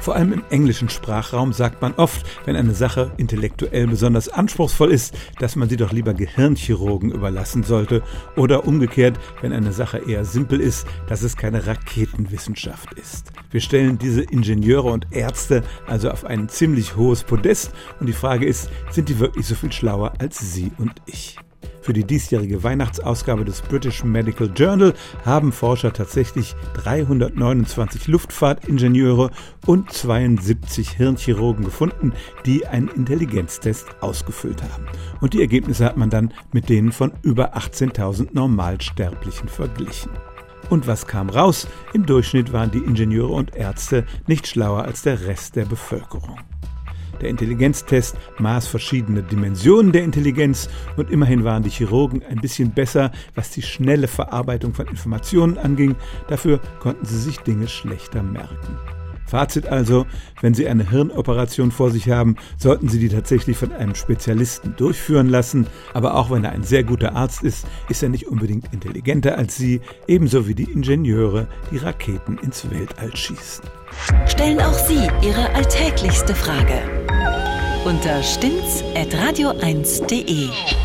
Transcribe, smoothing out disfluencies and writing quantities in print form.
Vor allem im englischen Sprachraum sagt man oft, wenn eine Sache intellektuell besonders anspruchsvoll ist, dass man sie doch lieber Gehirnchirurgen überlassen sollte. Oder umgekehrt, wenn eine Sache eher simpel ist, dass es keine Raketenwissenschaft ist. Wir stellen diese Ingenieure und Ärzte also auf ein ziemlich hohes Podest und die Frage ist, sind die wirklich so viel schlauer als Sie und ich? Für die diesjährige Weihnachtsausgabe des British Medical Journal haben Forscher tatsächlich 329 Luftfahrtingenieure und 72 Hirnchirurgen gefunden, die einen Intelligenztest ausgefüllt haben. Und die Ergebnisse hat man dann mit denen von über 18.000 Normalsterblichen verglichen. Und was kam raus? Im Durchschnitt waren die Ingenieure und Ärzte nicht schlauer als der Rest der Bevölkerung. Der Intelligenztest maß verschiedene Dimensionen der Intelligenz und immerhin waren die Chirurgen ein bisschen besser, was die schnelle Verarbeitung von Informationen anging. Dafür konnten sie sich Dinge schlechter merken. Fazit also, wenn Sie eine Hirnoperation vor sich haben, sollten Sie die tatsächlich von einem Spezialisten durchführen lassen. Aber auch wenn er ein sehr guter Arzt ist, ist er nicht unbedingt intelligenter als Sie, ebenso wie die Ingenieure, die Raketen ins Weltall schießen. Stellen auch Sie Ihre alltäglichste Frage unter stimmtz@radio1.de.